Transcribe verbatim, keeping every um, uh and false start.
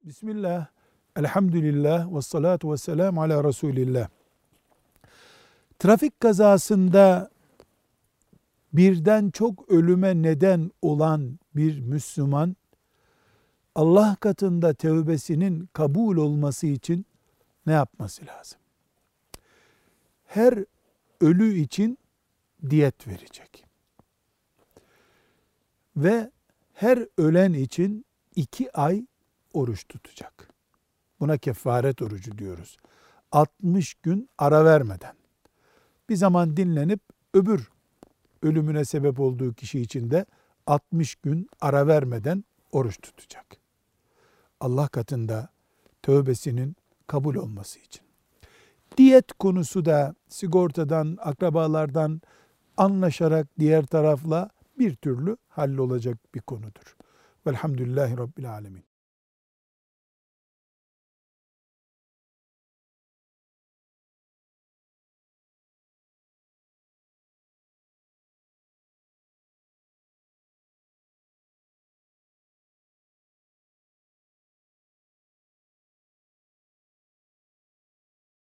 Bismillah, elhamdülillah, ve salatu ve selamu ala Resulillah. Trafik kazasında birden çok ölüme neden olan bir Müslüman, Allah katında tevbesinin kabul olması için ne yapması lazım? Her ölü için diyet verecek. Ve her ölen için iki ay oruç tutacak. Buna kefaret orucu diyoruz. altmış gün ara vermeden. Bir zaman dinlenip öbür ölümüne sebep olduğu kişi için de altmış gün ara vermeden oruç tutacak. Allah katında tövbesinin kabul olması için. Diyet konusu da sigortadan, akrabalardan anlaşarak diğer tarafla bir türlü hallolacak bir konudur. Velhamdülillahi Rabbil Alemin.